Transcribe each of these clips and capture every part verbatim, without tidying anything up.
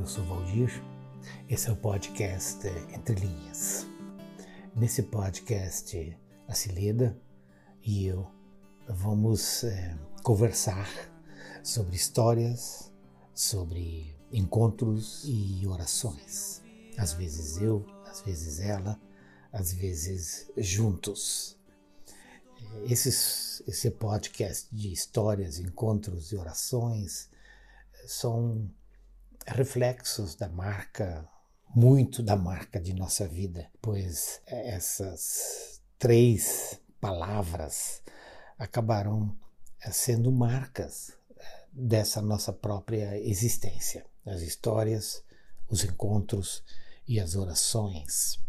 sou Valdir, esse é o podcast Entre Linhas. Nesse podcast, a Cileda e eu vamos é, conversar sobre histórias, sobre encontros e orações. Às vezes eu, às vezes ela, às vezes juntos. Esses, esse podcast de histórias, encontros e orações são reflexos da marca, muito da marca de nossa vida, pois essas três palavras acabaram sendo marcas dessa nossa própria existência. As histórias, os encontros e as orações.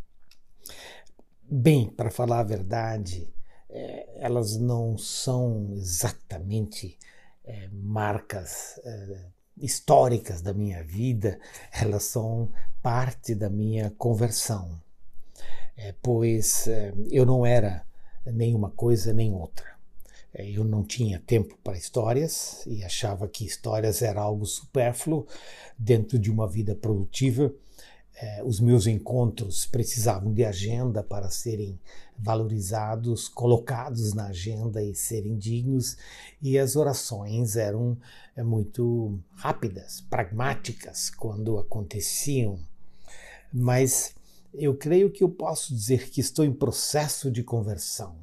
Bem, para falar a verdade, elas não são exatamente é, marcas é, históricas da minha vida, elas são parte da minha conversão, é, pois é, eu não era nenhuma coisa nem outra. É, eu não tinha tempo para histórias e achava que histórias era algo supérfluo dentro de uma vida produtiva. É, os meus encontros precisavam de agenda para serem valorizados, colocados na agenda e serem dignos, e as orações eram é, muito rápidas, pragmáticas quando aconteciam. Mas eu creio que eu posso dizer que estou em processo de conversão.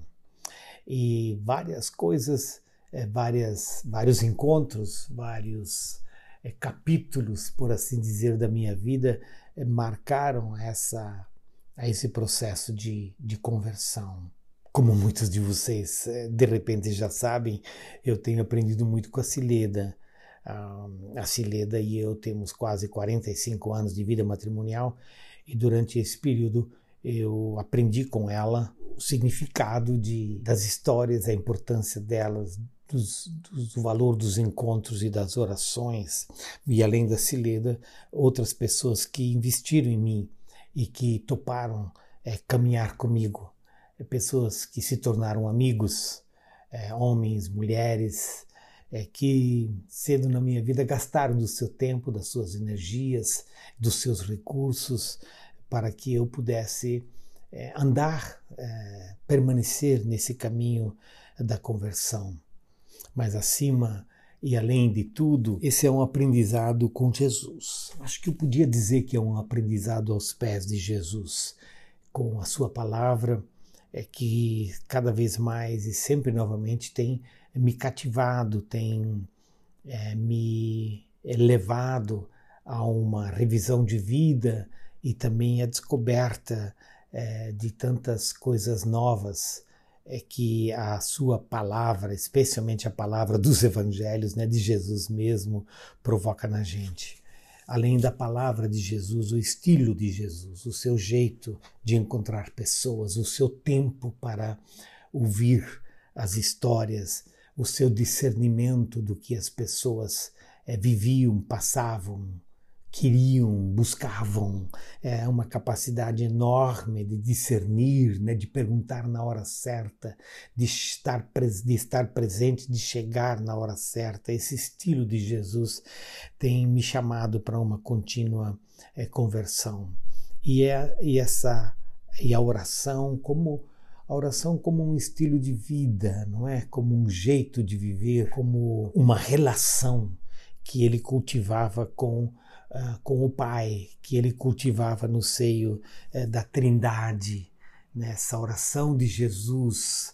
E várias coisas, é, várias, vários encontros, vários é, capítulos, por assim dizer, da minha vida é, marcaram essa, esse processo de, de conversão. Como muitos de vocês é, de repente já sabem, eu tenho aprendido muito com a Cileda. Ah, a Cileda e eu temos quase quarenta e cinco anos de vida matrimonial e durante esse período eu aprendi com ela o significado de, das histórias, a importância delas, dos, dos, do valor dos encontros e das orações. E além da Cileda, outras pessoas que investiram em mim e que toparam é, caminhar comigo. É, pessoas que se tornaram amigos, é, homens, mulheres, é, que cedo na minha vida gastaram do seu tempo, das suas energias, dos seus recursos, para que eu pudesse é, andar, é, permanecer nesse caminho da conversão. Mas acima e além de tudo, esse é um aprendizado com Jesus. Acho que eu podia dizer que é um aprendizado aos pés de Jesus, com a sua palavra, é, que cada vez mais e sempre novamente tem me cativado, tem é, me levado a uma revisão de vida e também a descoberta é, de tantas coisas novas é, que a sua palavra, especialmente a palavra dos evangelhos, né, de Jesus mesmo, provoca na gente. Além da palavra de Jesus, o estilo de Jesus, o seu jeito de encontrar pessoas, o seu tempo para ouvir as histórias, o seu discernimento do que as pessoas é, viviam, passavam, queriam, buscavam, é, uma capacidade enorme de discernir, né, de perguntar na hora certa, de estar, de estar presente, de chegar na hora certa. Esse estilo de Jesus tem me chamado para uma contínua é, conversão. E, é, e, essa, e a oração como a oração como um estilo de vida, não é? Como um jeito de viver, como uma relação que ele cultivava com Uh, com o Pai, que ele cultivava no seio uh, da Trindade, né? Essa oração de Jesus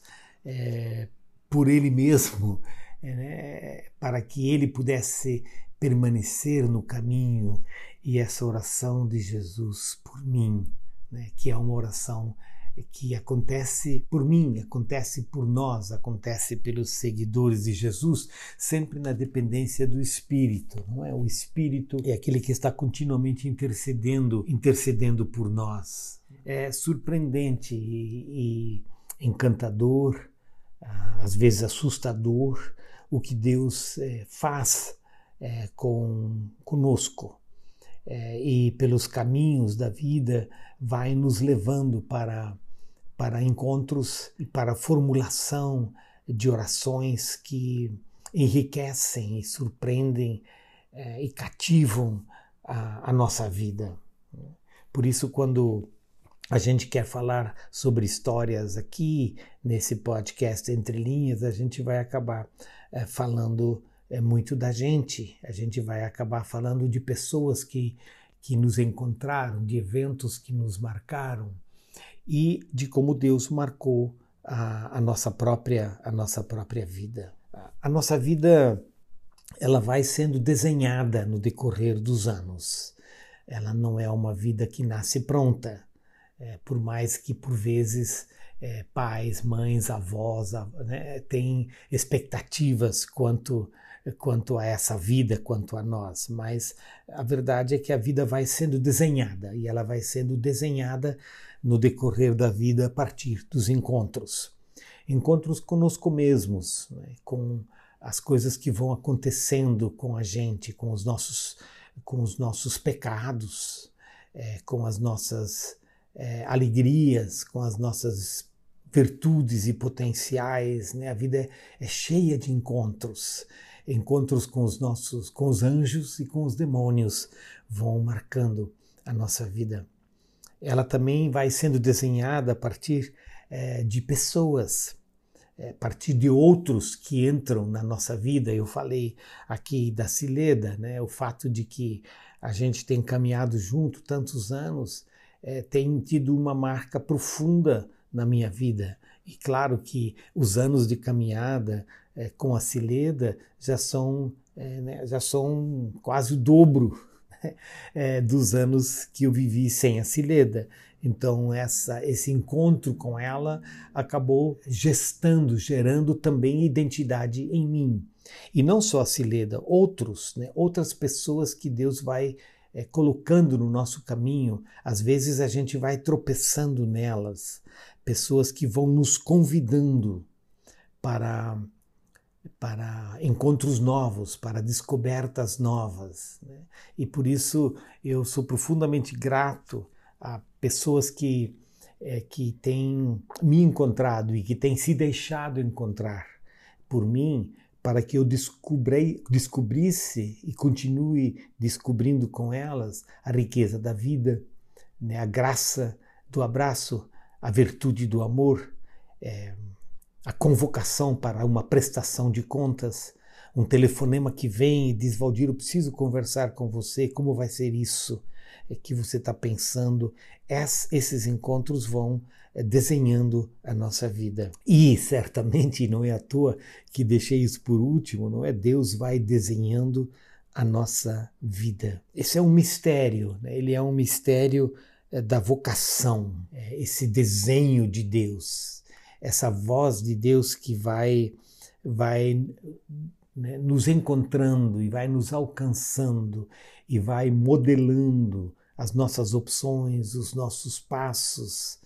uh, por ele mesmo, uh, né? Para que ele pudesse permanecer no caminho, e essa oração de Jesus por mim, né? Que é uma oração que acontece por mim, acontece por nós, acontece pelos seguidores de Jesus, sempre na dependência do Espírito, não é? O Espírito é aquele que está continuamente intercedendo, intercedendo por nós. É surpreendente e, e encantador, às vezes assustador, o que Deus é, faz é, com, conosco. É, e pelos caminhos da vida vai nos levando para para encontros e para a formulação de orações que enriquecem e surpreendem eh, e cativam a, a nossa vida. Por isso, quando a gente quer falar sobre histórias aqui, nesse podcast Entre Linhas, a gente vai acabar é, falando é, muito da gente, a gente vai acabar falando de pessoas que, que nos encontraram, de eventos que nos marcaram e de como Deus marcou a, a, nossa, própria, a nossa própria vida. A, a nossa vida, ela vai sendo desenhada no decorrer dos anos. Ela não é uma vida que nasce pronta. É, por mais que, por vezes, é, pais, mães, avós né, têm expectativas quanto, quanto a essa vida, quanto a nós. Mas a verdade é que a vida vai sendo desenhada, e ela vai sendo desenhada no decorrer da vida a partir dos encontros. Encontros conosco mesmos, né, com as coisas que vão acontecendo com a gente, com os nossos, com os nossos pecados, é, com as nossas... É, alegrias, com as nossas virtudes e potenciais, né? A vida é, é cheia de encontros, encontros com os nossos, com os anjos e com os demônios vão marcando a nossa vida. Ela também vai sendo desenhada a partir é, de pessoas, é, a partir de outros que entram na nossa vida. Eu falei aqui da Cileda, né? O fato de que a gente tem caminhado junto tantos anos, É, tem tido uma marca profunda na minha vida. E claro que os anos de caminhada é, com a Cileda já são, é, né, já são quase o dobro é, dos anos que eu vivi sem a Cileda. Então essa, esse encontro com ela acabou gestando, gerando também identidade em mim. E não só a Cileda, outros, né, outras pessoas que Deus vai É, colocando no nosso caminho. Às vezes a gente vai tropeçando nelas, pessoas que vão nos convidando para, para encontros novos, para descobertas novas, né? E por isso eu sou profundamente grato a pessoas que, é, que têm me encontrado e que têm se deixado encontrar por mim, para que eu descobri, descobrisse e continue descobrindo com elas a riqueza da vida, né, a graça do abraço, a virtude do amor, é, a convocação para uma prestação de contas, um telefonema que vem e diz: Valdir, eu preciso conversar com você, como vai ser isso é, que você está pensando? Es, esses encontros vão desenhando a nossa vida. E certamente não é à toa que deixei isso por último, não é? Deus vai desenhando a nossa vida. Esse é um mistério, né? Ele é um mistério é, da vocação, é, esse desenho de Deus, essa voz de Deus que vai, vai né, nos encontrando e vai nos alcançando e vai modelando as nossas opções, os nossos passos,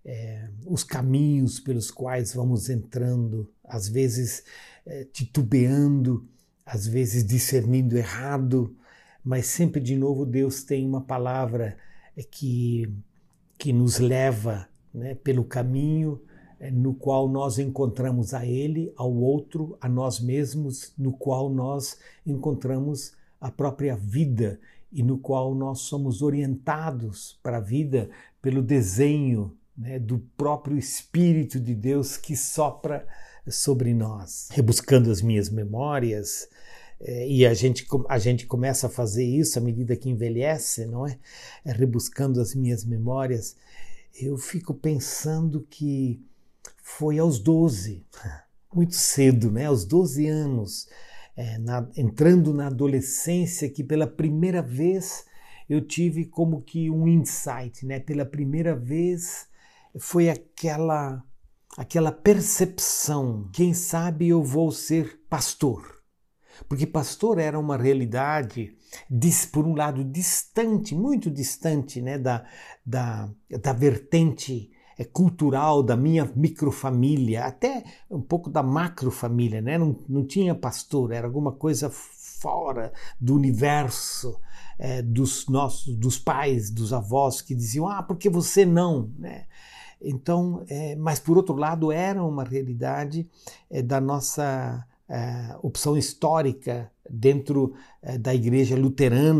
É, os caminhos pelos quais vamos entrando, às vezes é, titubeando, às vezes discernindo errado, mas sempre de novo Deus tem uma palavra é, que, que nos leva né, pelo caminho é, no qual nós encontramos a Ele, ao outro, a nós mesmos, no qual nós encontramos a própria vida e no qual nós somos orientados para a vida pelo desenho né, do próprio Espírito de Deus que sopra sobre nós. Rebuscando as minhas memórias, é, e a gente, a gente começa a fazer isso à medida que envelhece, não é? É, rebuscando as minhas memórias, eu fico pensando que foi aos doze, muito cedo, né? Aos doze anos, é, na, entrando na adolescência, que pela primeira vez eu tive como que um insight, né? Pela primeira vez foi aquela, aquela percepção, quem sabe eu vou ser pastor. Porque pastor era uma realidade, por um lado, distante, muito distante né, da, da, da vertente cultural da minha microfamília, até um pouco da macrofamília, né? não, não tinha pastor, era alguma coisa fora do universo é, dos nossos, dos pais, dos avós que diziam, ah, porque você não, né? Então, é, mas por outro lado era uma realidade é, da nossa é, opção histórica dentro é, da igreja luterana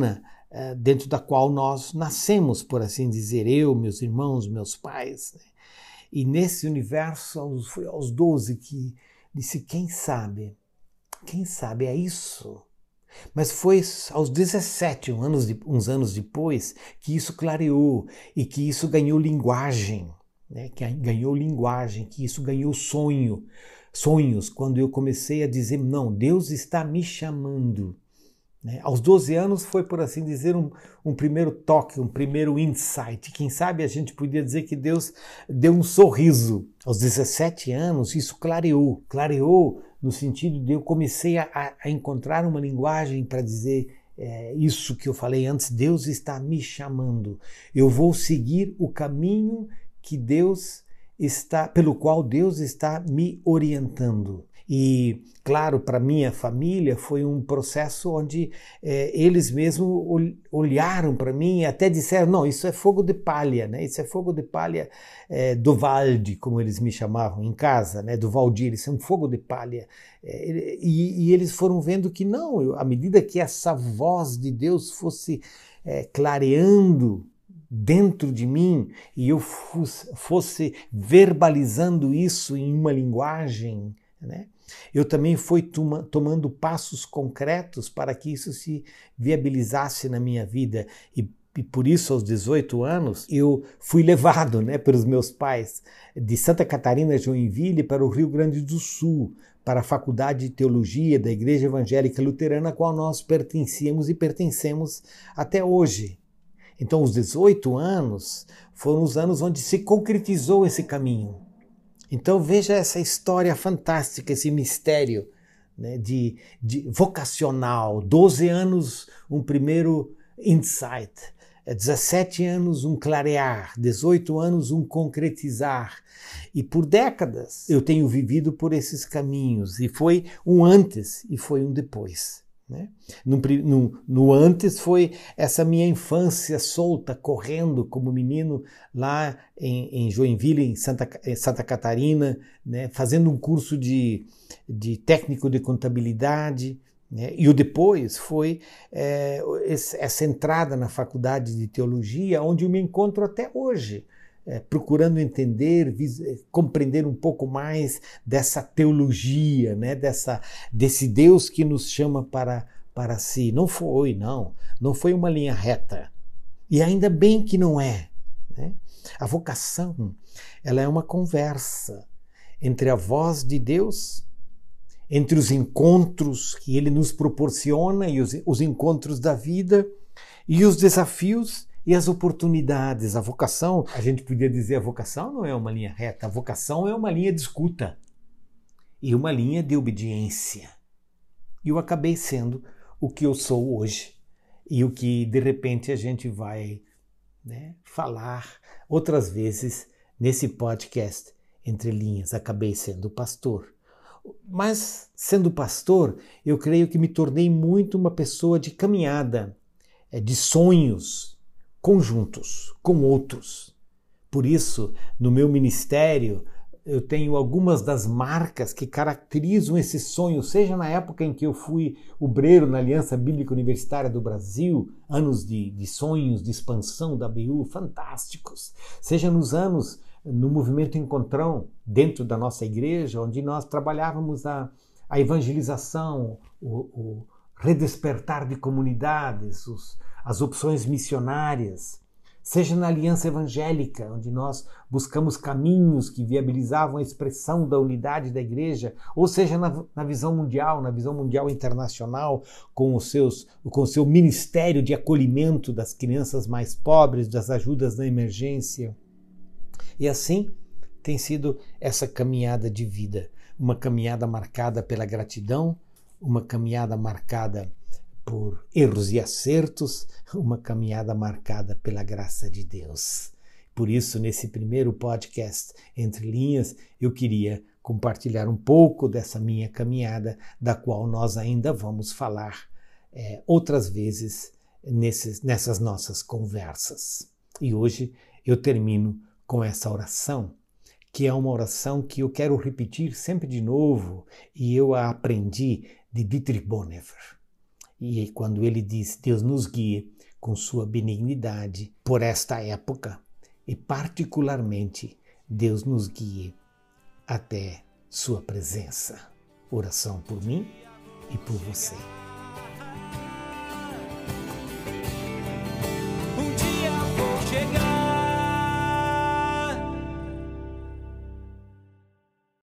uh, dentro da qual nós nascemos, por assim dizer, eu, meus irmãos, meus pais. Né? E nesse universo, aos, foi aos doze que disse, quem sabe, quem sabe é isso. Mas foi aos dezessete, um anos de, uns anos depois, que isso clareou e que isso ganhou linguagem, né? Que ganhou linguagem, que isso ganhou sonho, sonhos, quando eu comecei a dizer, não, Deus está me chamando. Né? Aos doze anos foi, por assim dizer, um, um primeiro toque, um primeiro insight. Quem sabe a gente podia dizer que Deus deu um sorriso. Aos dezessete anos isso clareou, clareou no sentido de eu comecei a, a encontrar uma linguagem para dizer é, isso que eu falei antes, Deus está me chamando. Eu vou seguir o caminho que Deus está, pelo qual Deus está me orientando. E, claro, para minha família foi um processo onde é, eles mesmos olharam para mim e até disseram, não, isso é fogo de palha, né? Isso é fogo de palha é, do Valde, como eles me chamavam em casa, né? Do Valdir, isso é um fogo de palha. É, e, e eles foram vendo que não, eu, à medida que essa voz de Deus fosse é, clareando dentro de mim e eu fosse, fosse verbalizando isso em uma linguagem, né? Eu também fui toma, tomando passos concretos para que isso se viabilizasse na minha vida e, e por isso aos dezoito anos eu fui levado, né, pelos meus pais de Santa Catarina, Joinville, para o Rio Grande do Sul, para a Faculdade de Teologia da Igreja Evangélica Luterana, a qual nós pertencíamos e pertencemos até hoje. Então os dezoito anos foram os anos onde se concretizou esse caminho. Então veja essa história fantástica, esse mistério, né, de, de vocacional. doze anos, um primeiro insight. dezessete anos, um clarear. dezoito anos, um concretizar. E por décadas eu tenho vivido por esses caminhos. E foi um antes e foi um depois. Né? No, no, no antes foi essa minha infância solta, correndo como menino lá em, em Joinville, em Santa, em Santa Catarina, né? Fazendo um curso de, de técnico de contabilidade. Né? E o depois foi é, essa entrada na faculdade de teologia, onde eu me encontro até hoje. É, procurando entender, compreender um pouco mais dessa teologia, né? Dessa, desse Deus que nos chama para, para si. Não foi, não. Não foi uma linha reta. E ainda bem que não é. Né? A vocação, ela é uma conversa entre a voz de Deus, entre os encontros que Ele nos proporciona e os, os encontros da vida e os desafios e as oportunidades. A vocação, a gente podia dizer, a vocação não é uma linha reta, a vocação é uma linha de escuta e uma linha de obediência. E eu acabei sendo o que eu sou hoje e o que de repente a gente vai, né, falar outras vezes nesse podcast Entre Linhas. Acabei sendo pastor. Mas sendo pastor, eu creio que me tornei muito uma pessoa de caminhada, de sonhos conjuntos com outros. Por isso, no meu ministério, eu tenho algumas das marcas que caracterizam esse sonho, seja na época em que eu fui obreiro na Aliança Bíblica Universitária do Brasil, anos de, de sonhos, de expansão da A B U, fantásticos, seja nos anos no Movimento Encontrão, dentro da nossa igreja, onde nós trabalhávamos a, a evangelização, o, o redespertar de comunidades, os as opções missionárias, seja na Aliança Evangélica, onde nós buscamos caminhos que viabilizavam a expressão da unidade da igreja, ou seja na, na visão mundial, na visão mundial internacional, com os seus, com o seu ministério de acolhimento das crianças mais pobres, das ajudas na emergência. E assim tem sido essa caminhada de vida, uma caminhada marcada pela gratidão, uma caminhada marcada por erros e acertos, uma caminhada marcada pela graça de Deus. Por isso, nesse primeiro podcast Entre Linhas, eu queria compartilhar um pouco dessa minha caminhada, da qual nós ainda vamos falar é, outras vezes nesses, nessas nossas conversas. E hoje eu termino com essa oração, que é uma oração que eu quero repetir sempre de novo, e eu a aprendi de Dietrich Bonhoeffer. E quando ele diz, Deus nos guie com sua benignidade por esta época e particularmente Deus nos guie até sua presença. Oração por mim e por você.